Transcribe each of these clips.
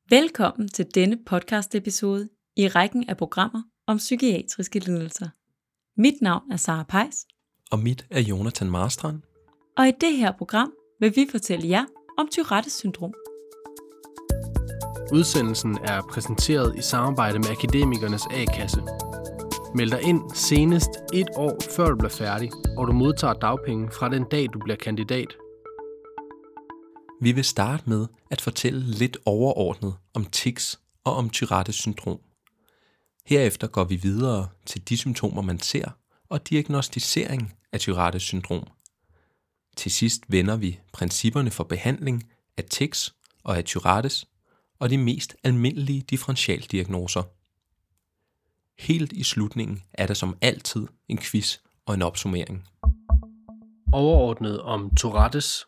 Velkommen til denne podcast-episode i rækken af programmer om psykiatriske lidelser. Mit navn er Sara Pejs. Og mit er Jonathan Marstrand. Og i det her program vil vi fortælle jer om Tourette syndrom. Udsendelsen er præsenteret i samarbejde med Akademikernes A-kasse. Meld dig ind senest 1 år før du bliver færdig, og du modtager dagpenge fra den dag du bliver kandidat. Vi vil starte med at fortælle lidt overordnet om tics og om Tourette syndrom. Herefter går vi videre til de symptomer, man ser, og diagnostisering af Tourette syndrom. Til sidst vender vi principperne for behandling af tics og af Tourettes og de mest almindelige differentialdiagnoser. Helt i slutningen er der som altid en quiz og en opsummering. Overordnet om Tourettes.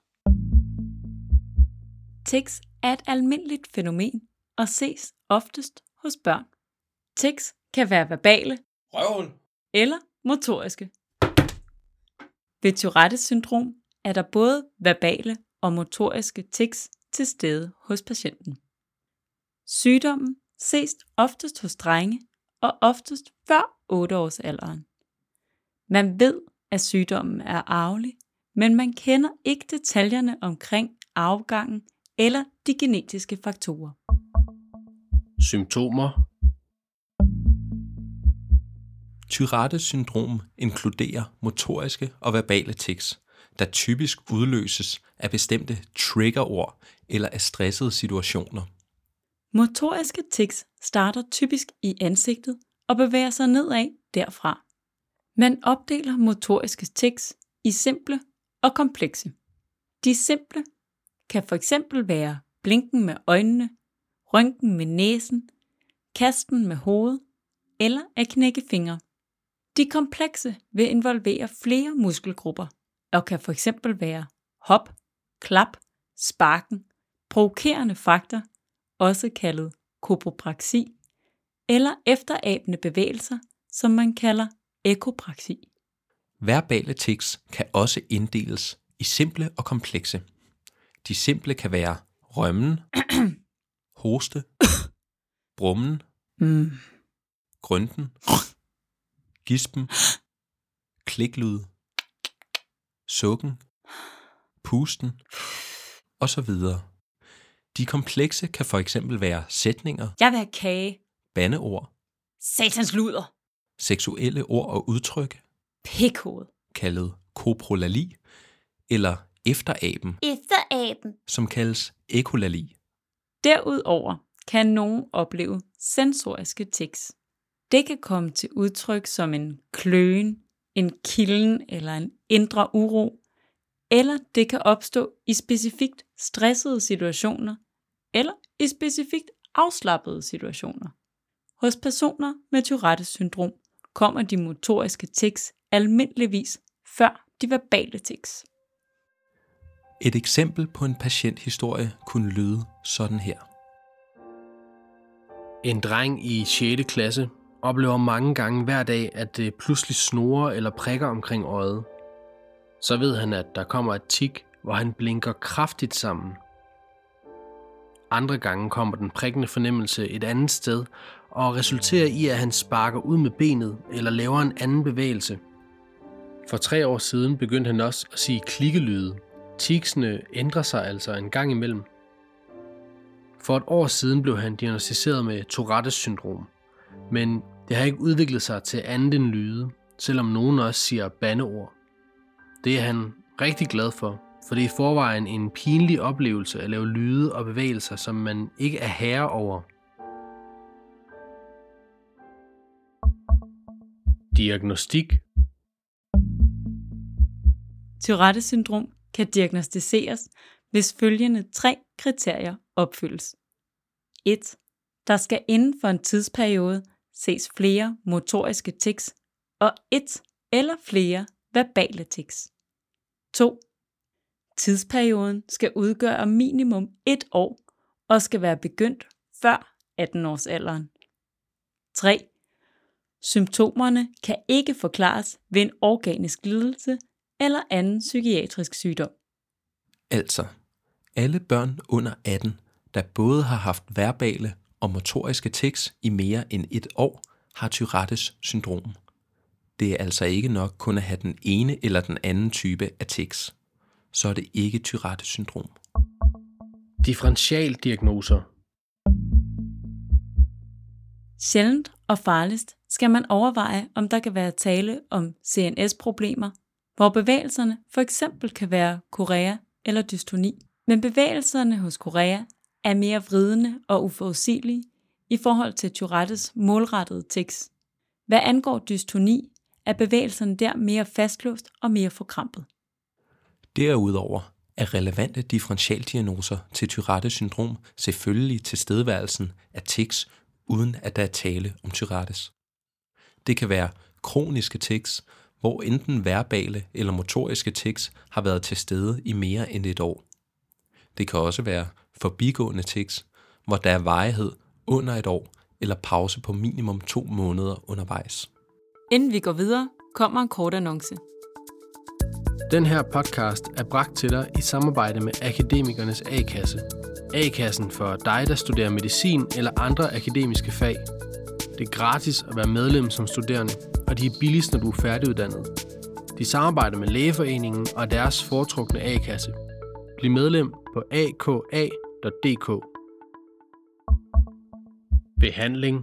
Tics er et almindeligt fænomen og ses oftest hos børn. Tics kan være verbale eller motoriske. Ved Tourette syndrom er der både verbale og motoriske tics til stede hos patienten. Sygdommen ses oftest hos drenge og oftest før 8-årsalderen. Man ved, at sygdommen er arvelig, men man kender ikke detaljerne omkring arvegangen eller de genetiske faktorer. Symptomer. Tourette syndrom inkluderer motoriske og verbale tics, der typisk udløses af bestemte triggerord eller af stressede situationer. Motoriske tics starter typisk i ansigtet og bevæger sig nedad derfra. Man opdeler motoriske tics i simple og komplekse. De simple kan f.eks. være blinken med øjnene, rynken med næsen, kasten med hovedet eller at knække fingre. De komplekse vil involvere flere muskelgrupper og kan f.eks. være hop, klap, sparken, provokerende fakter, også kaldet kopropraksi, eller efterabende bevægelser, som man kalder ekopraksi. Verbale tics kan også inddeles i simple og komplekse. De simple kan være rømmen, hoste, brummen, grønten, gispen, kliklyd, sukken, pusten osv. De komplekse kan for eksempel være sætninger, Jeg vil have kage, bandeord, satans luder, seksuelle ord og udtryk, pikhoved, kaldet koprolali, eller efteraben, som kaldes ekolali. Derudover kan nogen opleve sensoriske tics. Det kan komme til udtryk som en kløen, en kilden eller en indre uro, eller det kan opstå i specifikt stressede situationer eller i specifikt afslappede situationer. Hos personer med Tourette syndrom kommer de motoriske tics almindeligvis før de verbale tics. Et eksempel på en patienthistorie kunne lyde sådan her. En dreng i 6. klasse oplever mange gange hver dag, at det pludselig snurrer eller prikker omkring øjet. Så ved han, at der kommer et tik, hvor han blinker kraftigt sammen. Andre gange kommer den prikkende fornemmelse et andet sted og resulterer i, at han sparker ud med benet eller laver en anden bevægelse. For 3 år siden begyndte han også at sige klikkelyde. Ticsene ændrer sig altså en gang imellem. For 1 år siden blev han diagnosticeret med Tourette syndrom, men det har ikke udviklet sig til andet end lyde, selvom nogen også siger bandeord. Det er han rigtig glad for det er i forvejen en pinlig oplevelse at lave lyde og bevægelser, som man ikke er herre over. Diagnostik. Tourette syndrom kan diagnosticeres, hvis følgende 3 kriterier opfyldes. 1. Der skal inden for en tidsperiode ses flere motoriske tics og 1 eller flere verbale tics. 2. Tidsperioden skal udgøre minimum 1 år og skal være begyndt før 18-årsalderen. 3. Symptomerne kan ikke forklares ved en organisk lidelse eller anden psykiatrisk sygdom. Altså, alle børn under 18, der både har haft verbale og motoriske tics i mere end 1 år, har Tourette syndrom. Det er altså ikke nok kun at have den ene eller den anden type af tics. Så er det ikke Tourette syndrom. Differentialdiagnoser. Sjældent og farligst skal man overveje, om der kan være tale om CNS-problemer, hvor bevægelserne for eksempel kan være korea eller dystoni. Men bevægelserne hos korea er mere vridende og uforudsigelige i forhold til Tourettes målrettede tics. Hvad angår dystoni, er bevægelserne der mere fastlåst og mere forkrampet. Derudover er relevante differentialdiagnoser til Tourette syndrom selvfølgelig tilstedeværelsen af tics, uden at der er tale om Tourettes. Det kan være kroniske tics, hvor enten verbale eller motoriske tics har været til stede i mere end 1 år. Det kan også være forbigående tics, hvor der er varighed under 1 år eller pause på minimum 2 måneder undervejs. Inden vi går videre, kommer en kort annonce. Den her podcast er bragt til dig i samarbejde med Akademikernes A-kasse. A-kassen for dig, der studerer medicin eller andre akademiske fag. Det er gratis at være medlem som studerende, og de er billigst, når du er færdiguddannet. De samarbejder med Lægeforeningen og deres foretrukne A-kasse. Bliv medlem på aka.dk. Behandling.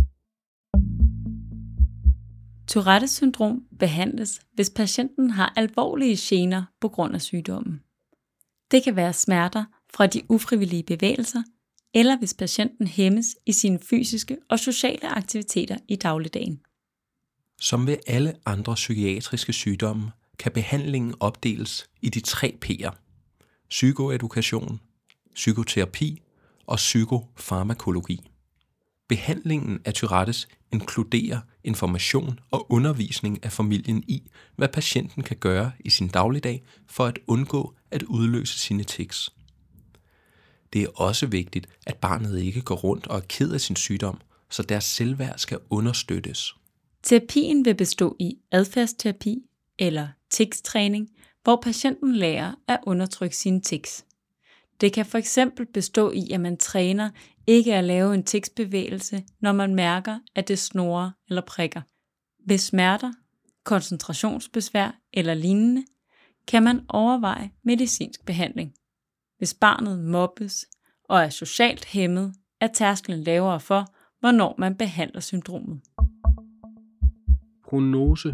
Tourette syndrom behandles, hvis patienten har alvorlige gener på grund af sygdommen. Det kan være smerter fra de ufrivillige bevægelser, eller hvis patienten hæmmes i sine fysiske og sociale aktiviteter i dagligdagen. Som ved alle andre psykiatriske sygdomme, kan behandlingen opdeles i de 3 P'er: psykoedukation, psykoterapi og psykofarmakologi. Behandlingen af Tourettes inkluderer information og undervisning af familien i, hvad patienten kan gøre i sin dagligdag for at undgå at udløse sine tics. Det er også vigtigt, at barnet ikke går rundt og er ked af sin sygdom, så deres selvværd skal understøttes. Terapien vil bestå i adfærdsterapi eller tics-træning, hvor patienten lærer at undertrykke sine tics. Det kan fx bestå i, at man træner ikke at lave en tics-bevægelse, når man mærker, at det snurrer eller prikker. Ved smerter, koncentrationsbesvær eller lignende, kan man overveje medicinsk behandling. Hvis barnet mobbes og er socialt hæmmet, er tærsklen lavere for, hvornår man behandler syndromet. Prognose.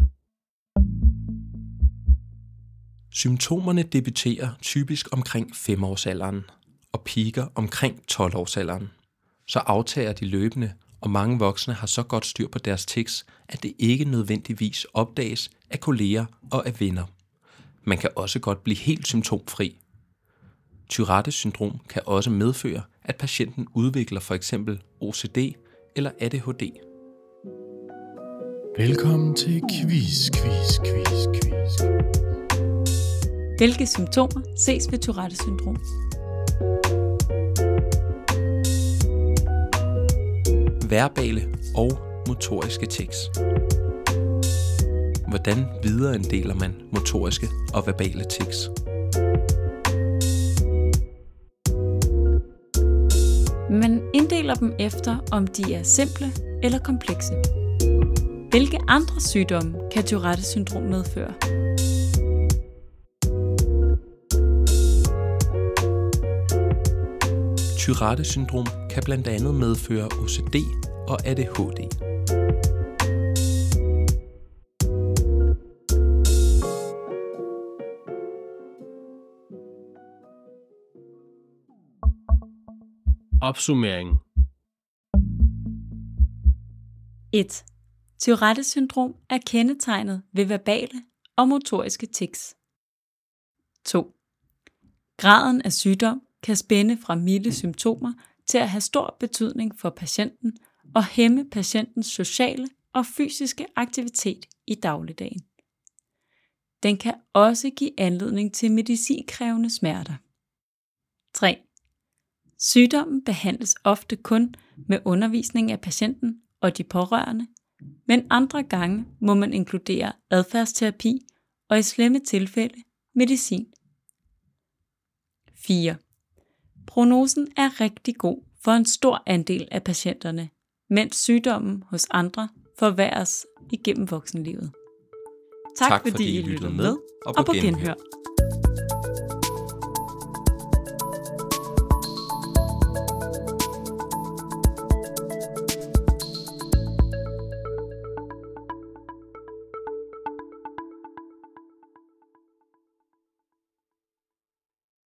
Symptomerne debuterer typisk omkring 5-årsalderen og peaker omkring 12-årsalderen. Så aftager de løbende, og mange voksne har så godt styr på deres tics, at det ikke nødvendigvis opdages af kolleger og af venner. Man kan også godt blive helt symptomfri. Tourette syndrom kan også medføre, at patienten udvikler for eksempel OCD eller ADHD. Velkommen til quiz. Hvilke symptomer ses ved Tourette syndrom? Verbale og motoriske tics. Hvordan videreinddeler man motoriske og verbale tics? Man inddeler dem efter, om de er simple eller komplekse. Hvilke andre sygdomme kan Tourette syndrom medføre? Tourette syndrom kan blandt andet medføre OCD og ADHD. Opsummering. 1. Tourette syndrom er kendetegnet ved verbale og motoriske tics. 2. Graden af sygdom kan spænde fra milde symptomer til at have stor betydning for patienten og hæmme patientens sociale og fysiske aktivitet i dagligdagen. Den kan også give anledning til medicinkrævende smerter. 3. Sygdommen behandles ofte kun med undervisning af patienten og de pårørende, men andre gange må man inkludere adfærdsterapi og i slemme tilfælde medicin. 4. Prognosen er rigtig god for en stor andel af patienterne, mens sygdommen hos andre forværres igennem voksenlivet. Tak fordi I lyttede med, og på genhør.